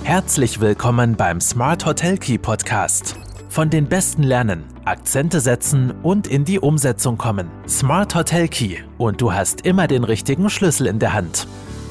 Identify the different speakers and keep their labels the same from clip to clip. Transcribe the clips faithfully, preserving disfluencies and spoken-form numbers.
Speaker 1: Herzlich willkommen beim Smart Hotel Key Podcast. Von den Besten lernen, Akzente setzen und in die Umsetzung kommen. Smart Hotel Key und du hast immer den richtigen Schlüssel in der Hand.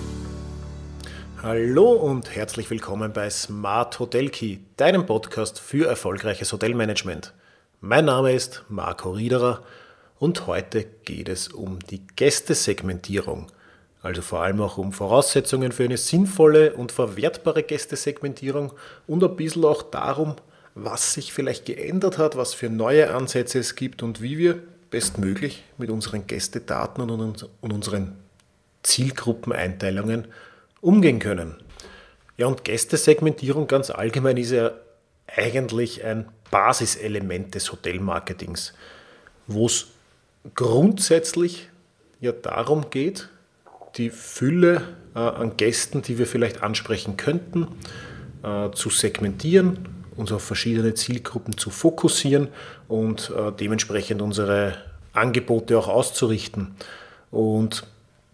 Speaker 2: Hallo und herzlich willkommen bei Smart Hotel Key, deinem Podcast für erfolgreiches Hotelmanagement. Mein Name ist Marco Riederer und heute geht es um die Gästesegmentierung. Also vor allem auch um Voraussetzungen für eine sinnvolle und verwertbare Gästesegmentierung und ein bisschen auch darum, was sich vielleicht geändert hat, was für neue Ansätze es gibt und wie wir bestmöglich mit unseren Gästedaten und unseren Zielgruppeneinteilungen umgehen können. Ja, und Gästesegmentierung ganz allgemein ist ja eigentlich ein Basiselement des Hotelmarketings, wo es grundsätzlich ja darum geht, die Fülle äh, an Gästen, die wir vielleicht ansprechen könnten, äh, zu segmentieren, uns auf verschiedene Zielgruppen zu fokussieren und äh, dementsprechend unsere Angebote auch auszurichten. Und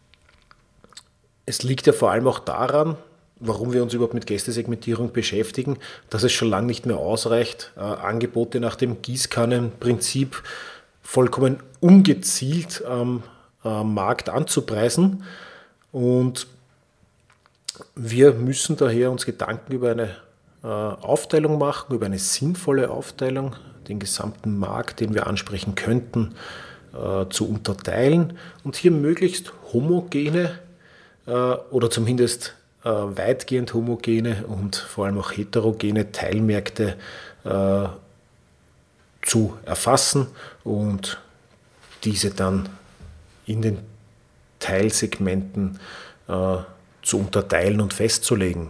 Speaker 2: es liegt ja vor allem auch daran, warum wir uns überhaupt mit Gästesegmentierung beschäftigen, dass es schon lange nicht mehr ausreicht, äh, Angebote nach dem Gießkannenprinzip vollkommen ungezielt am äh, Markt anzupreisen. Und wir müssen daher uns Gedanken über eine äh, Aufteilung machen, über eine sinnvolle Aufteilung, den gesamten Markt, den wir ansprechen könnten, äh, zu unterteilen und hier möglichst homogene äh, oder zumindest äh, weitgehend homogene und vor allem auch heterogene Teilmärkte äh, zu erfassen und diese dann in den Teilsegmenten äh, zu unterteilen und festzulegen.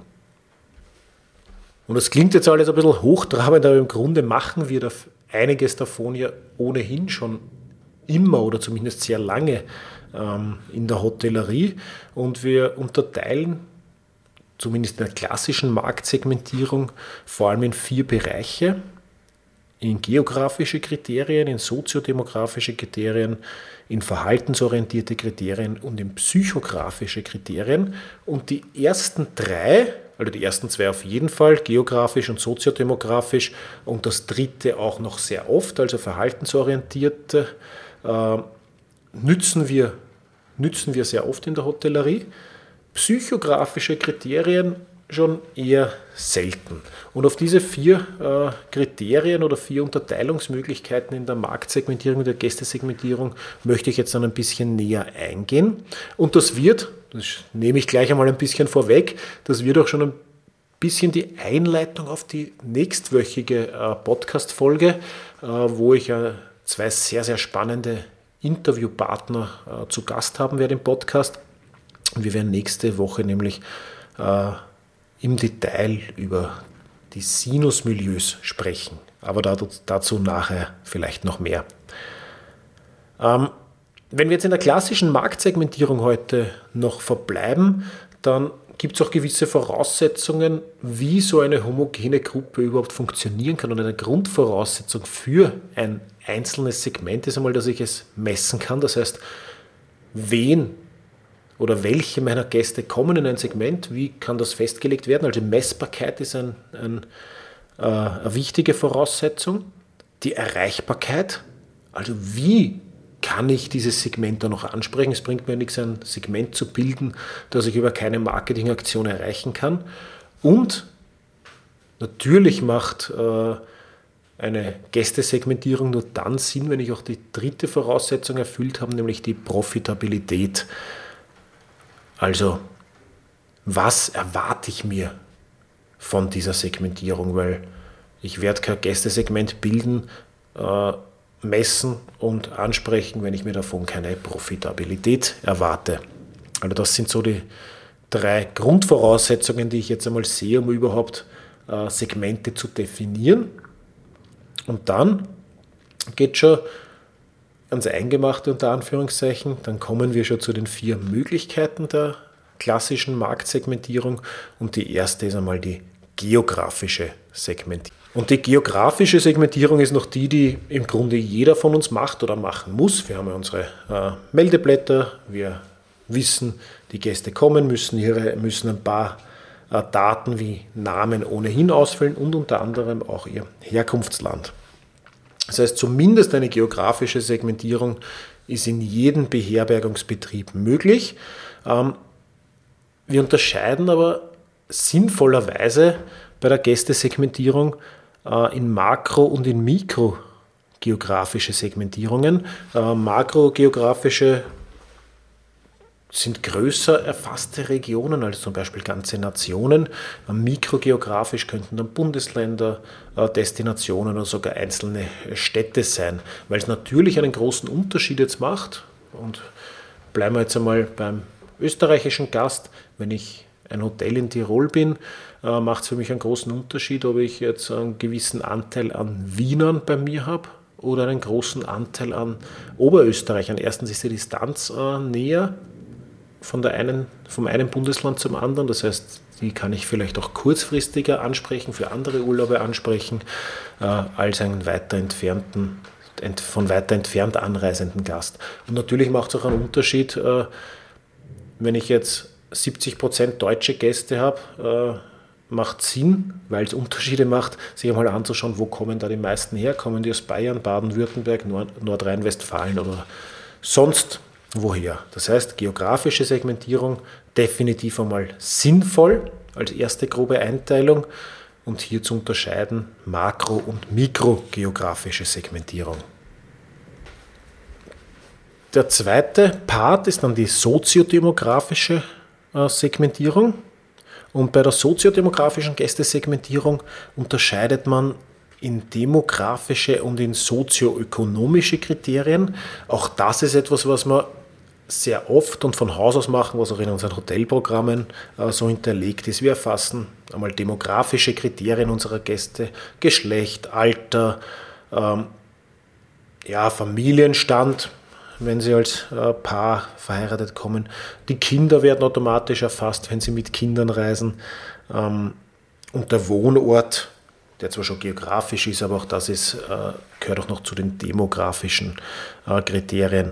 Speaker 2: Und das klingt jetzt alles ein bisschen hochtrabend, aber im Grunde machen wir da einiges davon ja ohnehin schon immer oder zumindest sehr lange ähm, in der Hotellerie. Und wir unterteilen, zumindest in der klassischen Marktsegmentierung, vor allem in vier Bereiche: in geografische Kriterien, in soziodemografische Kriterien, in verhaltensorientierte Kriterien und in psychografische Kriterien. Und die ersten drei, also die ersten zwei auf jeden Fall, geografisch und soziodemografisch, und das dritte auch noch sehr oft, also verhaltensorientierte, äh, nützen wir, nützen wir sehr oft in der Hotellerie. Psychografische Kriterien schon eher selten. Und auf diese vier äh, Kriterien oder vier Unterteilungsmöglichkeiten in der Marktsegmentierung und der Gästesegmentierung möchte ich jetzt dann ein bisschen näher eingehen. Und das wird, das nehme ich gleich einmal ein bisschen vorweg, das wird auch schon ein bisschen die Einleitung auf die nächstwöchige äh, Podcast-Folge, äh, wo ich äh, zwei sehr, sehr spannende Interviewpartner äh, zu Gast haben werde im Podcast. Und wir werden nächste Woche nämlich äh, im Detail über die Sinusmilieus sprechen, aber dazu nachher vielleicht noch mehr. Ähm, wenn wir jetzt in der klassischen Marktsegmentierung heute noch verbleiben, dann gibt es auch gewisse Voraussetzungen, wie so eine homogene Gruppe überhaupt funktionieren kann. Und eine Grundvoraussetzung für ein einzelnes Segment ist einmal, dass ich es messen kann. Das heißt, wen oder welche meiner Gäste kommen in ein Segment, wie kann das festgelegt werden? Also Messbarkeit ist ein, ein, äh, eine wichtige Voraussetzung. Die Erreichbarkeit, also wie kann ich dieses Segment dann noch ansprechen? Es bringt mir nichts, ein Segment zu bilden, das ich über keine Marketingaktion erreichen kann. Und natürlich macht äh, eine Gästesegmentierung nur dann Sinn, wenn ich auch die dritte Voraussetzung erfüllt habe, nämlich die Profitabilität. Also, was erwarte ich mir von dieser Segmentierung? Weil ich werde kein Gästesegment bilden, äh, messen und ansprechen, wenn ich mir davon keine Profitabilität erwarte. Also das sind so die drei Grundvoraussetzungen, die ich jetzt einmal sehe, um überhaupt äh, Segmente zu definieren. Und dann geht schon ans Eingemachte unter Anführungszeichen, dann kommen wir schon zu den vier Möglichkeiten der klassischen Marktsegmentierung und die erste ist einmal die geografische Segmentierung. Und die geografische Segmentierung ist noch die, die im Grunde jeder von uns macht oder machen muss. Wir haben ja unsere äh, Meldeblätter, wir wissen, die Gäste kommen, müssen, ihre, müssen ein paar äh, Daten wie Namen ohnehin ausfüllen und unter anderem auch ihr Herkunftsland. Das heißt, zumindest eine geografische Segmentierung ist in jedem Beherbergungsbetrieb möglich. Ähm, wir unterscheiden aber sinnvollerweise bei der Gästesegmentierung äh, in Makro- und in Mikrogeografische Segmentierungen. Äh, makrogeografische sind größer erfasste Regionen, als zum Beispiel ganze Nationen. Mikrogeografisch könnten dann Bundesländer, Destinationen oder sogar einzelne Städte sein, weil es natürlich einen großen Unterschied jetzt macht. Und bleiben wir jetzt einmal beim österreichischen Gast. Wenn ich ein Hotel in Tirol bin, macht es für mich einen großen Unterschied, ob ich jetzt einen gewissen Anteil an Wienern bei mir habe oder einen großen Anteil an Oberösterreichern. Erstens ist die Distanz näher von der einen, vom einen Bundesland zum anderen. Das heißt, die kann ich vielleicht auch kurzfristiger ansprechen, für andere Urlaube ansprechen, äh, als einen weiter entfernten, ent, von weiter entfernt anreisenden Gast. Und natürlich macht es auch einen Unterschied, äh, wenn ich jetzt siebzig Prozent deutsche Gäste habe, äh, macht Sinn, weil es Unterschiede macht, sich einmal anzuschauen, wo kommen da die meisten her? Kommen die aus Bayern, Baden-Württemberg, Nord- Nordrhein-Westfalen oder sonst woher? Das heißt, geografische Segmentierung definitiv einmal sinnvoll als erste grobe Einteilung und hier zu unterscheiden makro- und mikrogeografische Segmentierung. Der zweite Part ist dann die soziodemografische äh, Segmentierung. Und bei der soziodemografischen Gästesegmentierung unterscheidet man in demografische und in sozioökonomische Kriterien. Auch das ist etwas, was wir sehr oft und von Haus aus machen, was auch in unseren Hotelprogrammen äh, so hinterlegt ist. Wir erfassen einmal demografische Kriterien unserer Gäste, Geschlecht, Alter, ähm, ja, Familienstand, wenn sie als äh, Paar verheiratet kommen. Die Kinder werden automatisch erfasst, wenn sie mit Kindern reisen. Ähm, und der Wohnort, der zwar schon geografisch ist, aber auch das ist, äh, gehört auch noch zu den demografischen äh, Kriterien.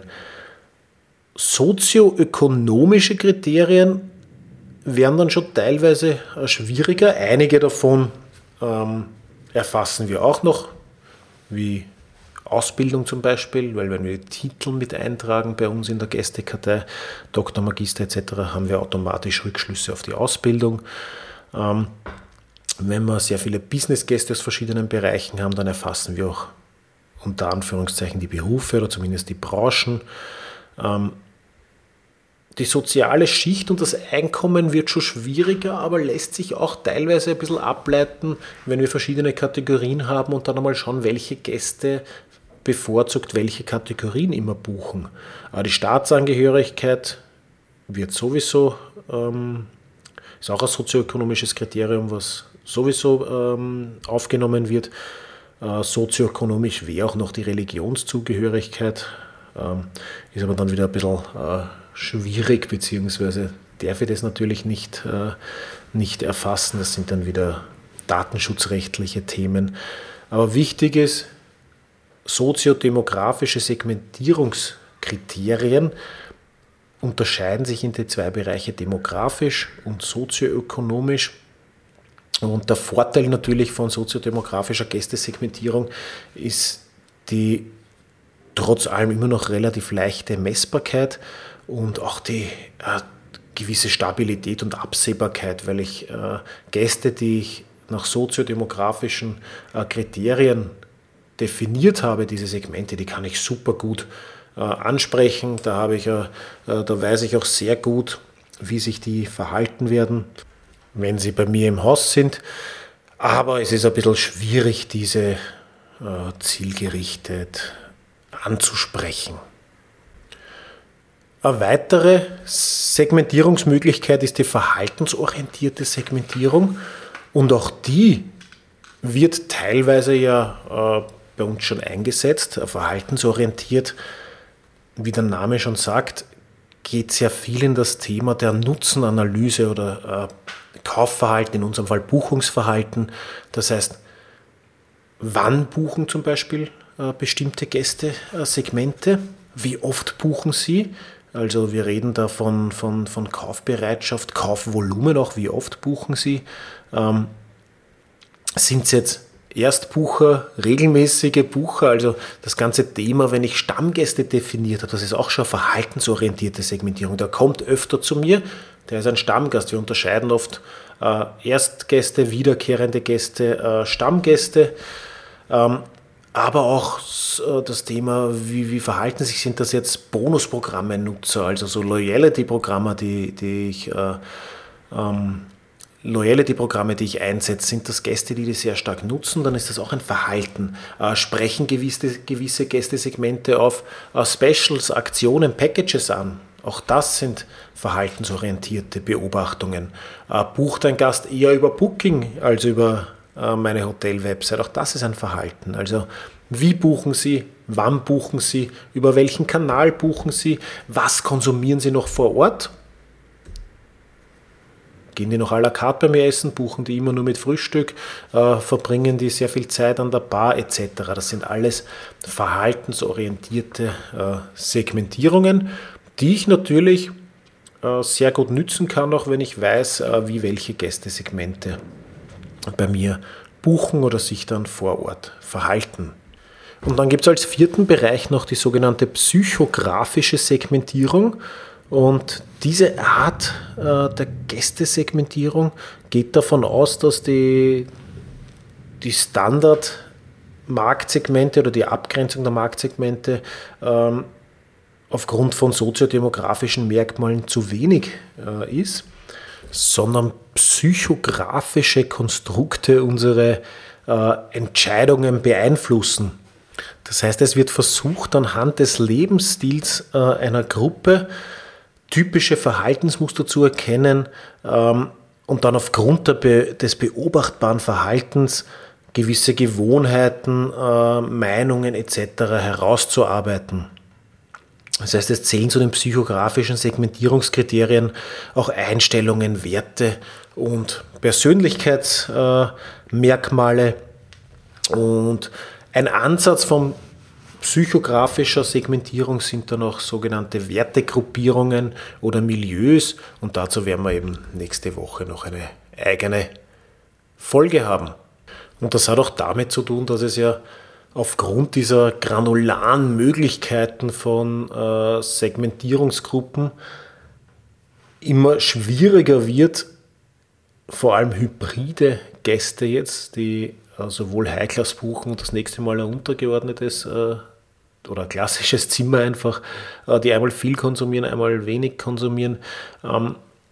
Speaker 2: Sozioökonomische Kriterien werden dann schon teilweise äh, schwieriger. Einige davon ähm, erfassen wir auch noch, wie Ausbildung zum Beispiel, weil wenn wir Titel mit eintragen bei uns in der Gästekartei, Doktor, Magister et cetera, haben wir automatisch Rückschlüsse auf die Ausbildung. Ähm, wenn wir sehr viele Businessgäste aus verschiedenen Bereichen haben, dann erfassen wir auch unter Anführungszeichen die Berufe oder zumindest die Branchen. Ähm, die soziale Schicht und das Einkommen wird schon schwieriger, aber lässt sich auch teilweise ein bisschen ableiten, wenn wir verschiedene Kategorien haben und dann einmal schauen, welche Gäste bevorzugt welche Kategorien immer buchen. Aber die Staatsangehörigkeit wird sowieso, ähm, ist auch ein sozioökonomisches Kriterium, was sowieso ähm, aufgenommen wird. Äh, sozioökonomisch wäre auch noch die Religionszugehörigkeit, ähm, ist aber dann wieder ein bisschen äh, schwierig, beziehungsweise darf ich das natürlich nicht, äh, nicht erfassen. Das sind dann wieder datenschutzrechtliche Themen. Aber wichtig ist, soziodemografische Segmentierungskriterien unterscheiden sich in die zwei Bereiche demografisch und sozioökonomisch. Und der Vorteil natürlich von soziodemografischer Gästesegmentierung ist die trotz allem immer noch relativ leichte Messbarkeit und auch die äh, gewisse Stabilität und Absehbarkeit, weil ich äh, Gäste, die ich nach soziodemografischen äh, Kriterien definiert habe, diese Segmente, die kann ich super gut äh, ansprechen. Da habe ich, äh, da weiß ich auch sehr gut, wie sich die verhalten werden, wenn sie bei mir im Haus sind. Aber es ist ein bisschen schwierig, diese äh, zielgerichtet anzusprechen. Eine weitere Segmentierungsmöglichkeit ist die verhaltensorientierte Segmentierung. Und auch die wird teilweise ja äh, bei uns schon eingesetzt. Verhaltensorientiert, wie der Name schon sagt, geht sehr viel in das Thema der Nutzenanalyse oder äh, Kaufverhalten, in unserem Fall Buchungsverhalten. Das heißt, wann buchen zum Beispiel äh, bestimmte Gäste äh, Segmente, wie oft buchen sie, Also wir reden da von, von, von Kaufbereitschaft, Kaufvolumen auch, wie oft buchen Sie. Ähm, sind es jetzt Erstbucher, regelmäßige Bucher, also das ganze Thema, wenn ich Stammgäste definiert habe, das ist auch schon verhaltensorientierte Segmentierung. Der kommt öfter zu mir, der ist ein Stammgast. Wir unterscheiden oft äh, Erstgäste, wiederkehrende Gäste, äh, Stammgäste, ähm, aber auch äh, das Thema, wie, wie verhalten sich, sind das jetzt Bonusprogramme-Nutzer, also so Loyalty-Programme, die, die ich äh, ähm, Loyalty-Programme, die ich einsetze, sind das Gäste, die die sehr stark nutzen, dann ist das auch ein Verhalten. Äh, sprechen gewisse, gewisse Gästesegmente auf äh, Specials, Aktionen, Packages an. Auch das sind verhaltensorientierte Beobachtungen. Äh, bucht ein Gast eher über Booking als über äh, meine Hotel-Website. Auch das ist ein Verhalten. Also wie buchen Sie, wann buchen Sie, über welchen Kanal buchen Sie, was konsumieren Sie noch vor Ort? Gehen die noch à la carte bei mir essen, buchen die immer nur mit Frühstück, äh, verbringen die sehr viel Zeit an der Bar et cetera. Das sind alles verhaltensorientierte äh, Segmentierungen, die ich natürlich äh, sehr gut nützen kann, auch wenn ich weiß, äh, wie welche Gästesegmente bei mir buchen oder sich dann vor Ort verhalten. Und dann gibt es als vierten Bereich noch die sogenannte psychografische Segmentierung. Und diese Art äh, der Gästesegmentierung geht davon aus, dass die, die Standard-Marktsegmente oder die Abgrenzung der Marktsegmente ähm, aufgrund von soziodemografischen Merkmalen zu wenig äh, ist, sondern psychografische Konstrukte unsere äh, Entscheidungen beeinflussen. Das heißt, es wird versucht, anhand des Lebensstils äh, einer Gruppe typische Verhaltensmuster zu erkennen ähm, und dann aufgrund der Be- des beobachtbaren Verhaltens gewisse Gewohnheiten, äh, Meinungen et cetera herauszuarbeiten. Das heißt, es zählen zu den psychografischen Segmentierungskriterien auch Einstellungen, Werte und Persönlichkeitsmerkmale. Äh, und ein Ansatz von psychografischer Segmentierung sind dann auch sogenannte Wertegruppierungen oder Milieus, und dazu werden wir eben nächste Woche noch eine eigene Folge haben. Und das hat auch damit zu tun, dass es ja aufgrund dieser granularen Möglichkeiten von äh, Segmentierungsgruppen immer schwieriger wird, vor allem hybride Gäste jetzt, die äh, sowohl High-Class buchen und das nächste Mal ein untergeordnetes äh, oder ein klassisches Zimmer einfach, äh, die einmal viel konsumieren, einmal wenig konsumieren, ähm,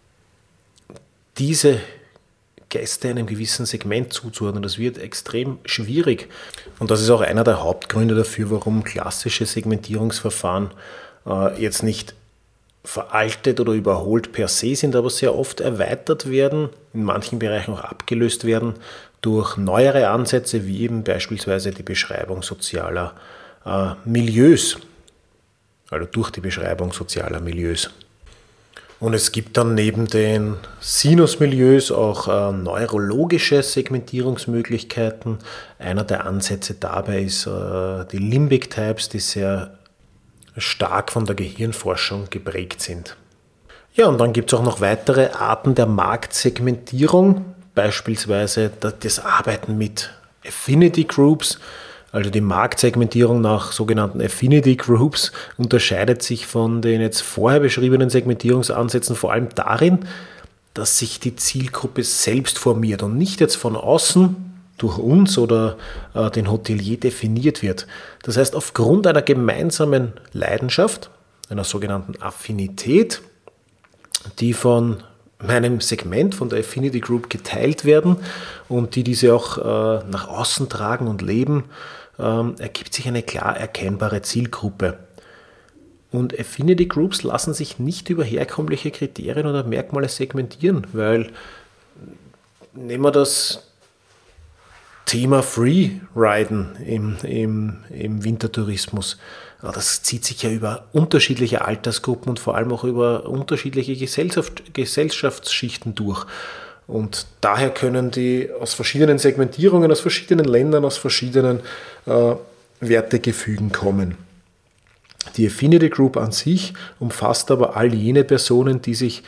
Speaker 2: diese Gäste einem gewissen Segment zuzuordnen. Das wird extrem schwierig. Und das ist auch einer der Hauptgründe dafür, warum klassische Segmentierungsverfahren äh, jetzt nicht veraltet oder überholt per se sind, aber sehr oft erweitert werden, in manchen Bereichen auch abgelöst werden durch neuere Ansätze, wie eben beispielsweise die Beschreibung sozialer äh, Milieus, also durch die Beschreibung sozialer Milieus. Und es gibt dann neben den Sinusmilieus auch äh, neurologische Segmentierungsmöglichkeiten. Einer der Ansätze dabei ist äh, die Limbic Types, die sehr stark von der Gehirnforschung geprägt sind. Ja, und dann gibt es auch noch weitere Arten der Marktsegmentierung, beispielsweise das Arbeiten mit Affinity Groups. Also die Marktsegmentierung nach sogenannten Affinity Groups unterscheidet sich von den jetzt vorher beschriebenen Segmentierungsansätzen vor allem darin, dass sich die Zielgruppe selbst formiert und nicht jetzt von außen durch uns oder äh, den Hotelier definiert wird. Das heißt, aufgrund einer gemeinsamen Leidenschaft, einer sogenannten Affinität, die von meinem Segment, von der Affinity Group geteilt werden und die diese auch äh, nach außen tragen und leben, ähm, ergibt sich eine klar erkennbare Zielgruppe. Und Affinity Groups lassen sich nicht über herkömmliche Kriterien oder Merkmale segmentieren, weil nehmen wir das Thema Freeriden im, im, im Wintertourismus. Das zieht sich ja über unterschiedliche Altersgruppen und vor allem auch über unterschiedliche Gesellschaft, Gesellschaftsschichten durch. Und daher können die aus verschiedenen Segmentierungen, aus verschiedenen Ländern, aus verschiedenen äh, Wertegefügen kommen. Die Affinity Group an sich umfasst aber all jene Personen, die sich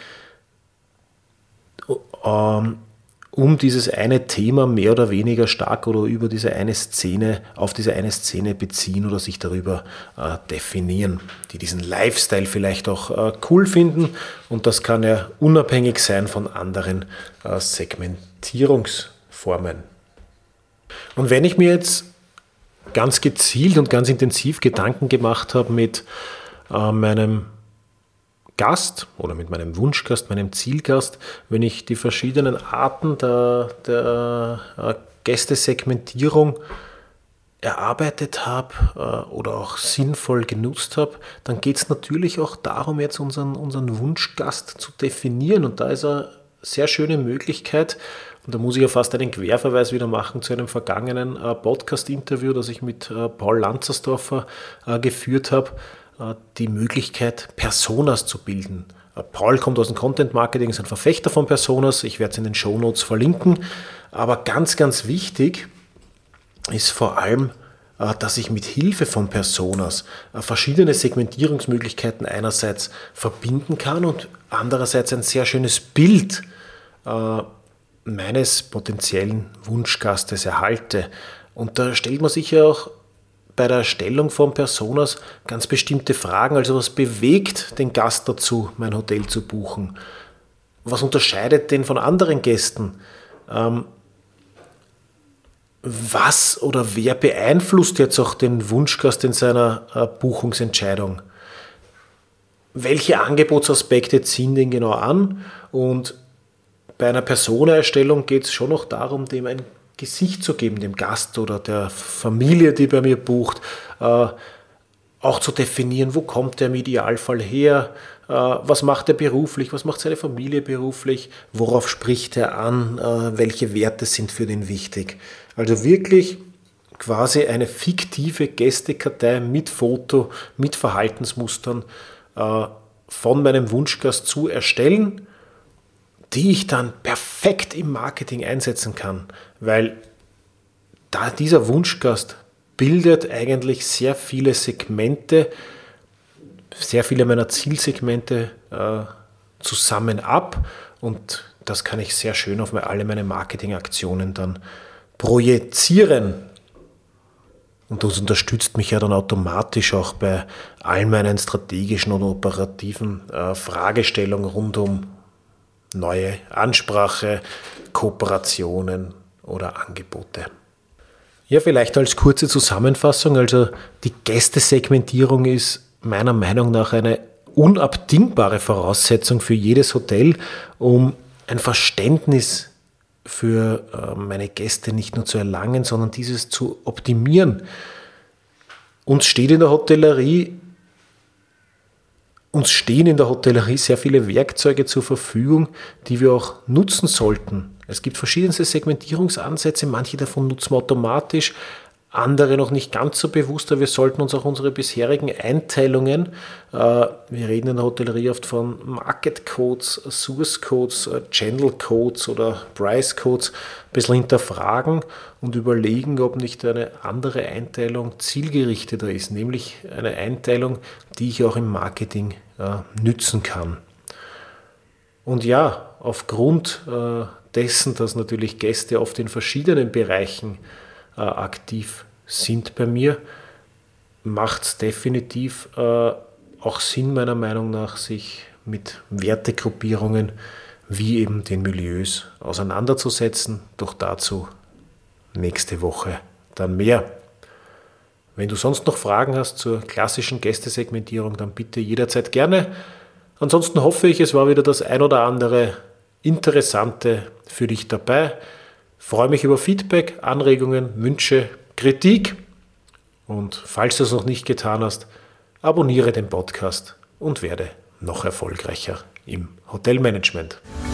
Speaker 2: ähm, um dieses eine Thema mehr oder weniger stark oder über diese eine Szene, auf diese eine Szene beziehen oder sich darüber äh, definieren, die diesen Lifestyle vielleicht auch äh, cool finden, und das kann ja unabhängig sein von anderen äh, Segmentierungsformen. Und wenn ich mir jetzt ganz gezielt und ganz intensiv Gedanken gemacht habe mit äh, meinem Gast oder mit meinem Wunschgast, meinem Zielgast, wenn ich die verschiedenen Arten der, der äh, Gästesegmentierung erarbeitet habe äh, oder auch sinnvoll genutzt habe, dann geht es natürlich auch darum, jetzt unseren, unseren Wunschgast zu definieren. Und da ist eine sehr schöne Möglichkeit, und da muss ich ja fast einen Querverweis wieder machen zu einem vergangenen äh, Podcast-Interview, das ich mit äh, Paul Lanzersdorfer äh, geführt habe, die Möglichkeit, Personas zu bilden. Paul kommt aus dem Content Marketing, ist ein Verfechter von Personas. Ich werde es in den Shownotes verlinken. Aber ganz, ganz wichtig ist vor allem, dass ich mit Hilfe von Personas verschiedene Segmentierungsmöglichkeiten einerseits verbinden kann und andererseits ein sehr schönes Bild meines potenziellen Wunschgastes erhalte. Und da stellt man sich ja auch bei der Erstellung von Personas ganz bestimmte Fragen. Also was bewegt den Gast dazu, mein Hotel zu buchen? Was unterscheidet den von anderen Gästen? Ähm, was oder wer beeinflusst jetzt auch den Wunschgast in seiner äh, Buchungsentscheidung? Welche Angebotsaspekte ziehen den genau an? Und bei einer Personaerstellung geht es schon noch darum, dem ein Gesicht zu geben, dem Gast oder der Familie, die bei mir bucht, äh, auch zu definieren, wo kommt er im Idealfall her, äh, was macht er beruflich, was macht seine Familie beruflich, worauf spricht er an, äh, welche Werte sind für den wichtig. Also wirklich quasi eine fiktive Gästekartei mit Foto, mit Verhaltensmustern äh, von meinem Wunschgast zu erstellen, die ich dann perfekt im Marketing einsetzen kann, weil da dieser Wunschgast bildet eigentlich sehr viele Segmente, sehr viele meiner Zielsegmente äh, zusammen ab, und das kann ich sehr schön auf alle meine Marketingaktionen dann projizieren. Und das unterstützt mich ja dann automatisch auch bei all meinen strategischen und operativen äh, Fragestellungen rund um neue Ansprache, Kooperationen oder Angebote. Ja, vielleicht als kurze Zusammenfassung, also die Gästesegmentierung ist meiner Meinung nach eine unabdingbare Voraussetzung für jedes Hotel, um ein Verständnis für meine Gäste nicht nur zu erlangen, sondern dieses zu optimieren. Uns steht in der Hotellerie Uns stehen in der Hotellerie sehr viele Werkzeuge zur Verfügung, die wir auch nutzen sollten. Es gibt verschiedenste Segmentierungsansätze, manche davon nutzen wir automatisch, andere noch nicht ganz so bewusst, aber wir sollten uns auch unsere bisherigen Einteilungen, äh, wir reden in der Hotellerie oft von Market Codes, Source Codes, Channel Codes oder Price Codes, ein bisschen hinterfragen und überlegen, ob nicht eine andere Einteilung zielgerichteter ist, nämlich eine Einteilung, die ich auch im Marketing äh, nützen kann. Und ja, aufgrund äh, dessen, dass natürlich Gäste oft in verschiedenen Bereichen äh, aktiv sind bei mir, macht es definitiv äh, auch Sinn, meiner Meinung nach, sich mit Wertegruppierungen wie eben den Milieus auseinanderzusetzen. Doch dazu nächste Woche dann mehr. Wenn du sonst noch Fragen hast zur klassischen Gästesegmentierung, dann bitte jederzeit gerne. Ansonsten hoffe ich, es war wieder das ein oder andere Interessante für dich dabei. Freue mich über Feedback, Anregungen, Wünsche, Kritik. Und falls du es noch nicht getan hast, abonniere den Podcast und werde noch erfolgreicher im Hotelmanagement.